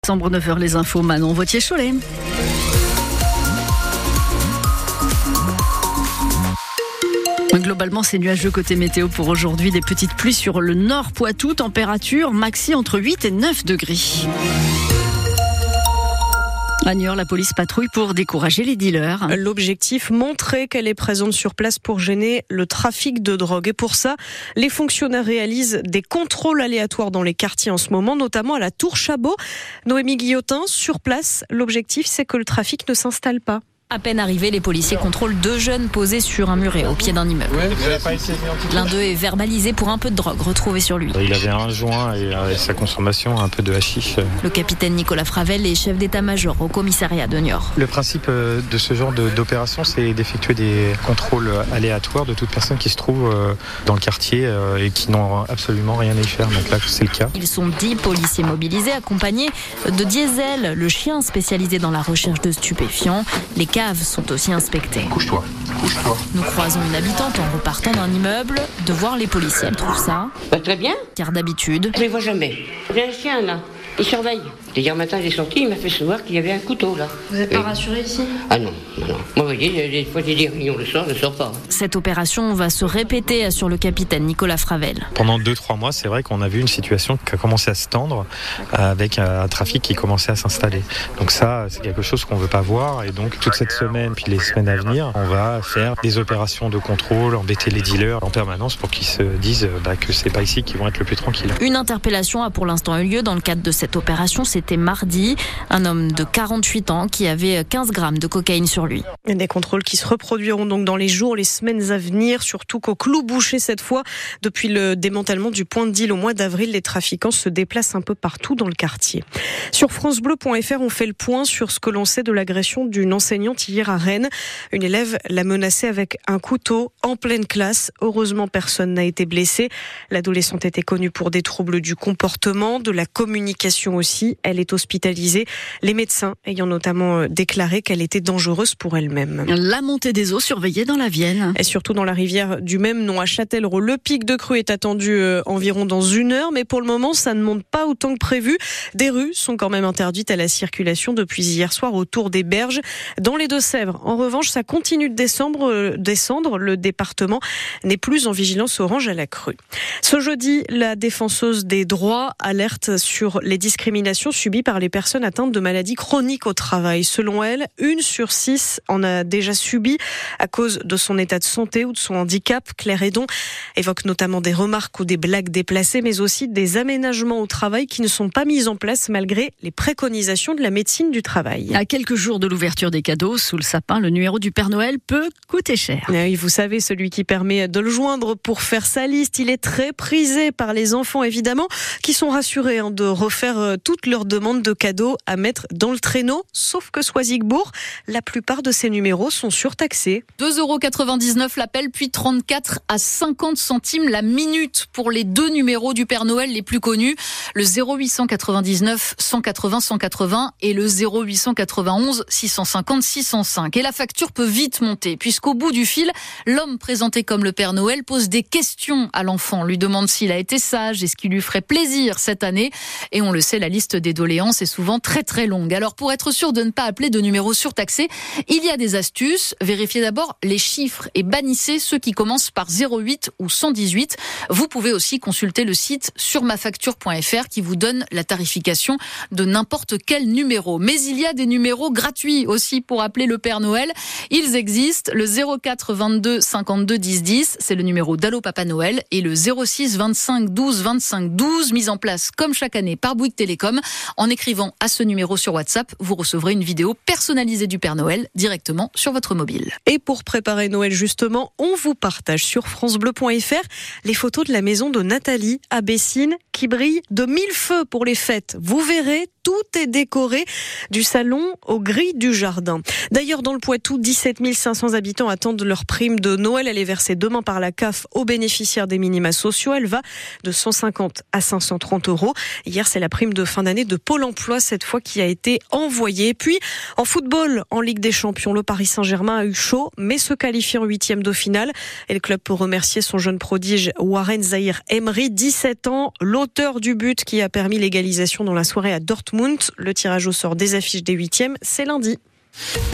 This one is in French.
Décembre 9h, les infos, Manon Vautier-Cholet. Globalement, c'est nuageux côté météo pour aujourd'hui. Des petites pluies sur le nord Poitou. Température maxi entre 8 et 9 degrés. À Niort, la police patrouille pour décourager les dealers. L'objectif, montrer qu'elle est présente sur place pour gêner le trafic de drogue. Et pour ça, les fonctionnaires réalisent des contrôles aléatoires dans les quartiers en ce moment, notamment à la Tour Chabot. Noémie Guillotin, sur place, l'objectif, c'est que le trafic ne s'installe pas. À peine arrivés, les policiers contrôlent deux jeunes posés sur un muret au pied d'un immeuble. L'un d'eux est verbalisé pour un peu de drogue retrouvée sur lui. Il avait un joint et sa consommation, un peu de hashish. Le capitaine Nicolas Fravel est chef d'état-major au commissariat de Niort. Le principe de ce genre d'opération, c'est d'effectuer des contrôles aléatoires de toute personne qui se trouve dans le quartier et qui n'ont absolument rien à y faire. Donc là, c'est le cas. Ils sont 10 policiers mobilisés, accompagnés de Diesel, le chien spécialisé dans la recherche de stupéfiants. Les caves sont aussi inspectées. Couche-toi. Nous croisons une habitante en repartant d'un immeuble. De voir les policiers, elle trouve ça. Très bien. Car d'habitude, Je les vois jamais. J'ai un chien là. Il surveille. Hier matin, j'ai sorti, il m'a fait savoir qu'il y avait un couteau là. vous n'êtes pas rassuré ici ? Ah non. Moi, vous voyez, des fois j'ai des réunions le soir, je ne sors pas. Cette opération va se répéter, assure le capitaine Nicolas Fravel. Pendant 2-3 mois, c'est vrai qu'on a vu une situation qui a commencé à se tendre avec un trafic qui commençait à s'installer. Donc ça, c'est quelque chose qu'on ne veut pas voir. Et donc toute cette semaine, puis les semaines à venir, on va faire des opérations de contrôle, embêter les dealers en permanence pour qu'ils se disent que c'est pas ici qu'ils vont être le plus tranquilles. Une interpellation a pour l'instant eu lieu dans le cadre de cette opération. C'était mardi. Un homme de 48 ans qui avait 15 grammes de cocaïne sur lui. Des contrôles qui se reproduiront donc dans les jours, les semaines à venir, surtout qu'au Clou Boucher cette fois. Depuis le démantèlement du point de deal au mois d'avril, les trafiquants se déplacent un peu partout dans le quartier. Sur francebleu.fr, on fait le point sur ce que l'on sait de l'agression d'une enseignante hier à Rennes. Une élève l'a menacée avec un couteau en pleine classe. Heureusement, personne n'a été blessé. L'adolescente était connue pour des troubles du comportement, de la communication aussi. Elle est hospitalisée. Les médecins ayant notamment déclaré qu'elle était dangereuse pour elle-même. La montée des eaux surveillée dans la Vienne. Et surtout dans la rivière du même nom à Châtellerault. Le pic de crue est attendu environ dans 1 heure, mais pour le moment, ça ne monte pas autant que prévu. Des rues sont quand même interdites à la circulation depuis hier soir autour des berges. Dans les Deux-Sèvres, en revanche, ça continue de descendre. Le département n'est plus en vigilance orange à la crue. Ce jeudi, la défenseuse des droits alerte sur les discriminations subies par les personnes atteintes de maladies chroniques au travail. Selon elle, 1 sur 6 en a déjà subi à cause de son état de santé ou de son handicap. Claire Hédon évoque notamment des remarques ou des blagues déplacées, mais aussi des aménagements au travail qui ne sont pas mis en place malgré les préconisations de la médecine du travail. À quelques jours de l'ouverture des cadeaux, sous le sapin, le numéro du Père Noël peut coûter cher. Oui, vous savez, celui qui permet de le joindre pour faire sa liste, il est très prisé par les enfants, évidemment, qui sont rassurés de refaire toutes leurs demandes de cadeaux à mettre dans le traîneau, sauf que Soisigbourg, la plupart de ces numéros sont surtaxés. 2,99 € l'appel, puis 34 à 50 centimes la minute pour les 2 numéros du Père Noël les plus connus, le 0899 180 180 et le 0891 650 605. Et la facture peut vite monter, puisqu'au bout du fil, l'homme présenté comme le Père Noël pose des questions à l'enfant, lui demande s'il a été sage et ce qui lui ferait plaisir cette année. Et on le sait, la liste des doléances est souvent très très longue. Alors pour être sûr de ne pas appeler de numéros surtaxés, il y a des astuces. Vérifiez d'abord les chiffres et bannissez ceux qui commencent par 08 ou 118. Vous pouvez aussi consulter le site sur mafacture.fr qui vous donne la tarification de n'importe quel numéro. Mais il y a des numéros gratuits aussi pour appeler le Père Noël. Ils existent. Le 04 22 52 10 10, c'est le numéro d'Allo Papa Noël, et le 06 25 12 25 12, mis en place comme chaque année par Bouygues Télécom. En écrivant à ce numéro sur WhatsApp, vous recevrez une vidéo personnalisée du Père Noël directement sur votre mobile. Et pour préparer Noël justement, on vous partage sur francebleu.fr les photos de la maison de Nathalie à Bessines qui brille de 1000 feux pour les fêtes. Vous verrez, tout est décoré du salon aux grilles du jardin. D'ailleurs, dans le Poitou, 17 500 habitants attendent leur prime de Noël. Elle est versée demain par la CAF aux bénéficiaires des minima sociaux. Elle va de 150 à 530 €. Hier, c'est la prime prime de fin d'année de Pôle emploi, cette fois qui a été envoyée. Puis, en football, en Ligue des Champions, le Paris Saint-Germain a eu chaud, mais se qualifie en 8e de finale. Et le club peut remercier son jeune prodige Warren Zaïre-Emery, 17 ans, l'auteur du but qui a permis l'égalisation dans la soirée à Dortmund. Le tirage au sort des affiches des 8e, c'est lundi.